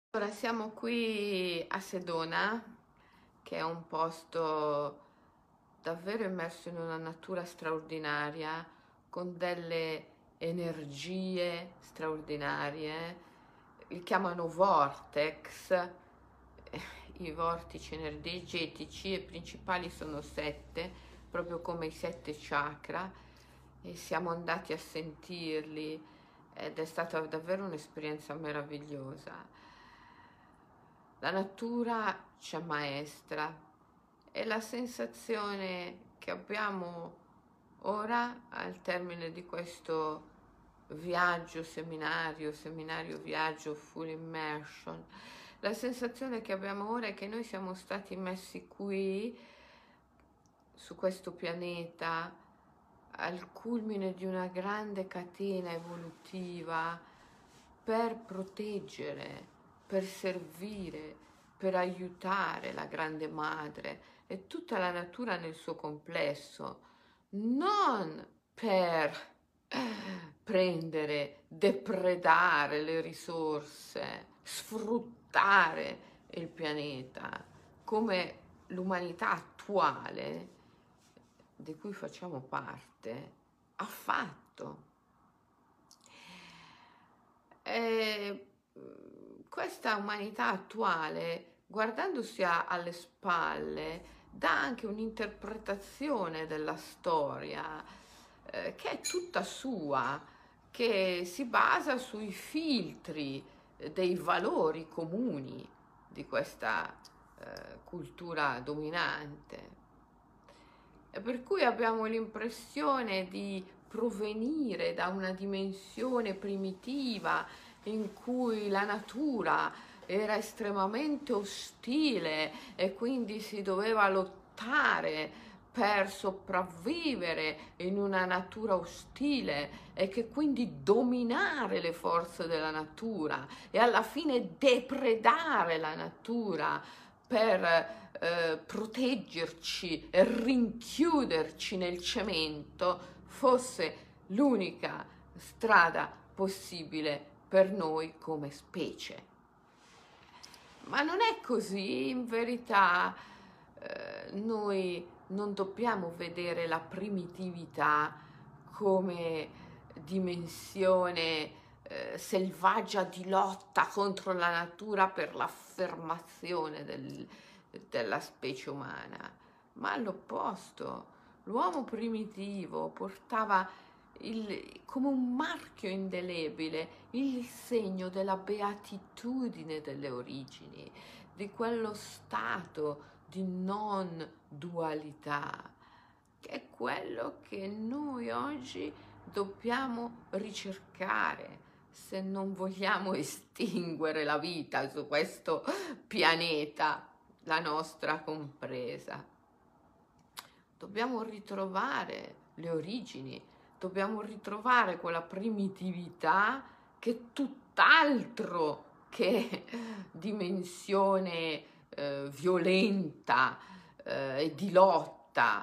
Allora, siamo qui a Sedona, che è un posto davvero immerso in una natura straordinaria, con delle energie straordinarie. Li chiamano vortex, i vortici energetici, e i principali sono 7, proprio come i 7 chakra, e siamo andati a sentirli ed è stata davvero un'esperienza meravigliosa. La natura ci ammaestra e la sensazione che abbiamo ora al termine di questo viaggio, seminario, viaggio, full immersion, la sensazione che abbiamo ora è che noi siamo stati messi qui, su questo pianeta, al culmine di una grande catena evolutiva per proteggere, per servire, per aiutare la grande madre e tutta la natura nel suo complesso, non per prendere, depredare le risorse, sfruttare il pianeta come l'umanità attuale di cui facciamo parte ha fatto. E questa umanità attuale, guardandosi alle spalle, dà anche un'interpretazione della storia che è tutta sua, che si basa sui filtri dei valori comuni di questa cultura dominante. E per cui abbiamo l'impressione di provenire da una dimensione primitiva in cui la natura era estremamente ostile e quindi si doveva lottare per sopravvivere in una natura ostile e che quindi dominare le forze della natura e alla fine depredare la natura per proteggerci e rinchiuderci nel cemento fosse l'unica strada possibile per noi come specie. Ma non è così, in verità noi non dobbiamo vedere la primitività come dimensione selvaggia di lotta contro la natura per l'affermazione della specie umana, ma all'opposto. L'uomo primitivo portava come un marchio indelebile il segno della beatitudine delle origini, di quello stato di non dualità, che è quello che noi oggi dobbiamo ricercare se non vogliamo estinguere la vita su questo pianeta, la nostra compresa. Dobbiamo ritrovare le origini, dobbiamo ritrovare quella primitività che è tutt'altro che dimensione violenta e di lotta,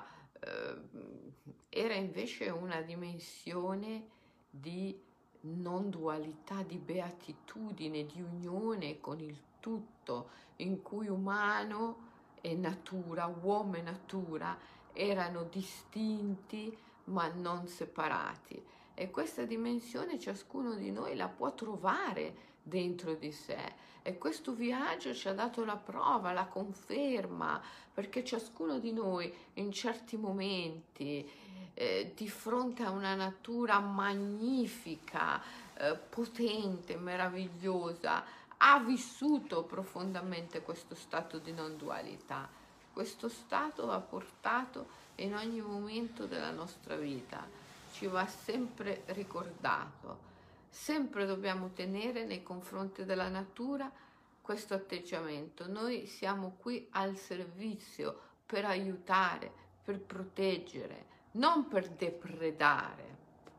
era invece una dimensione di non dualità, di beatitudine, di unione con il tutto, in cui umano e natura, uomo e natura, erano distinti ma non separati. E questa dimensione ciascuno di noi la può trovare dentro di sé. E questo viaggio ci ha dato la prova, la conferma, perché ciascuno di noi in certi momenti, di fronte a una natura magnifica, potente, meravigliosa, ha vissuto profondamente questo stato di non dualità. Questo stato va portato in ogni momento della nostra vita, ci va sempre ricordato. Sempre dobbiamo tenere nei confronti della natura questo atteggiamento. Noi siamo qui al servizio per aiutare, per proteggere, non per depredare.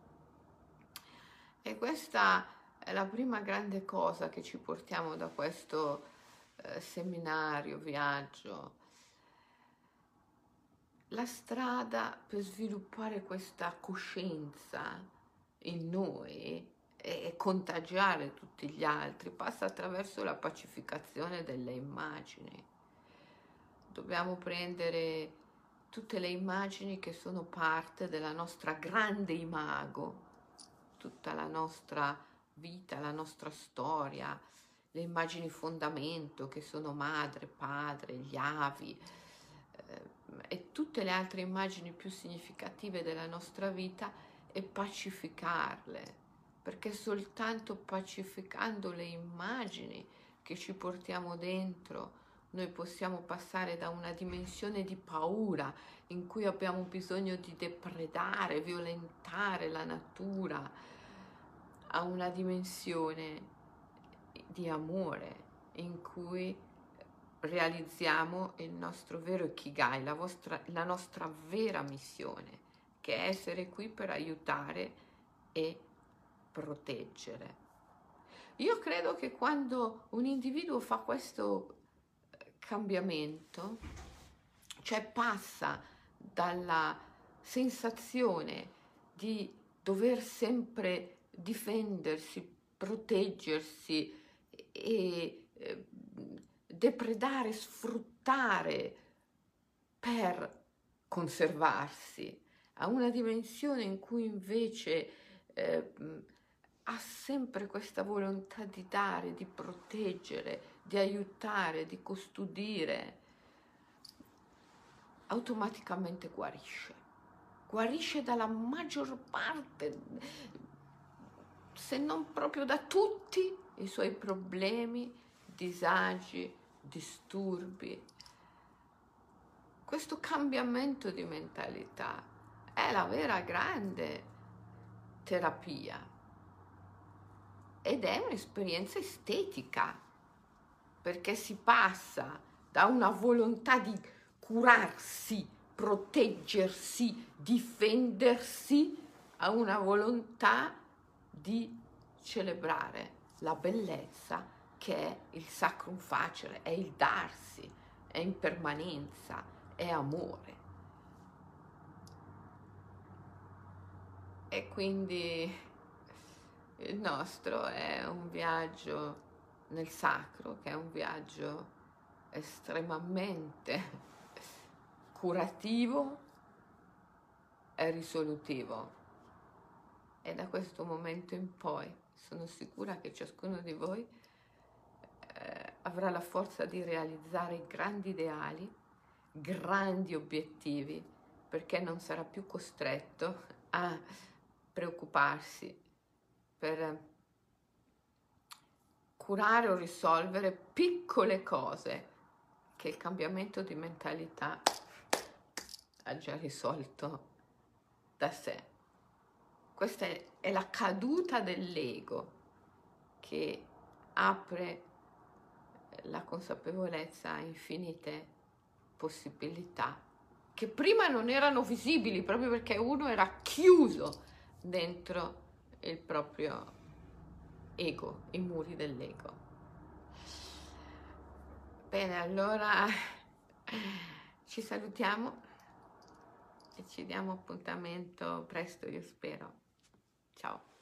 E questa è la prima grande cosa che ci portiamo da questo seminario, viaggio. La strada per sviluppare questa coscienza in noi e contagiare tutti gli altri, passa attraverso la pacificazione delle immagini. Dobbiamo prendere tutte le immagini che sono parte della nostra grande imago, tutta la nostra vita, la nostra storia, le immagini fondamento che sono madre, padre, gli avi, e tutte le altre immagini più significative della nostra vita, e pacificarle, perché soltanto pacificando le immagini che ci portiamo dentro noi possiamo passare da una dimensione di paura in cui abbiamo bisogno di depredare, violentare la natura, a una dimensione di amore in cui realizziamo il nostro vero Ikigai, la nostra vera missione, che è essere qui per aiutare e proteggere. Io credo che quando un individuo fa questo cambiamento, cioè passa dalla sensazione di dover sempre difendersi, proteggersi e depredare, sfruttare per conservarsi, a una dimensione in cui invece ha sempre questa volontà di dare, di proteggere, di aiutare, di custodire, automaticamente guarisce dalla maggior parte, se non proprio da tutti i suoi problemi, disagi, disturbi. Questo cambiamento di mentalità è la vera grande terapia ed è un'esperienza estetica, perché si passa da una volontà di curarsi, proteggersi, difendersi, a una volontà di celebrare la bellezza che è il sacrum facere, è il darsi, è impermanenza, è amore. E quindi il nostro è un viaggio nel sacro, che è un viaggio estremamente curativo e risolutivo. E da questo momento in poi sono sicura che ciascuno di voi avrà la forza di realizzare grandi ideali, grandi obiettivi, perché non sarà più costretto a preoccuparsi per curare o risolvere piccole cose che il cambiamento di mentalità ha già risolto da sé. Questa è la caduta dell'ego che apre la consapevolezza a infinite possibilità che prima non erano visibili, proprio perché uno era chiuso dentro il proprio ego, i muri dell'ego. Bene, allora ci salutiamo e ci diamo appuntamento presto, io spero. Ciao.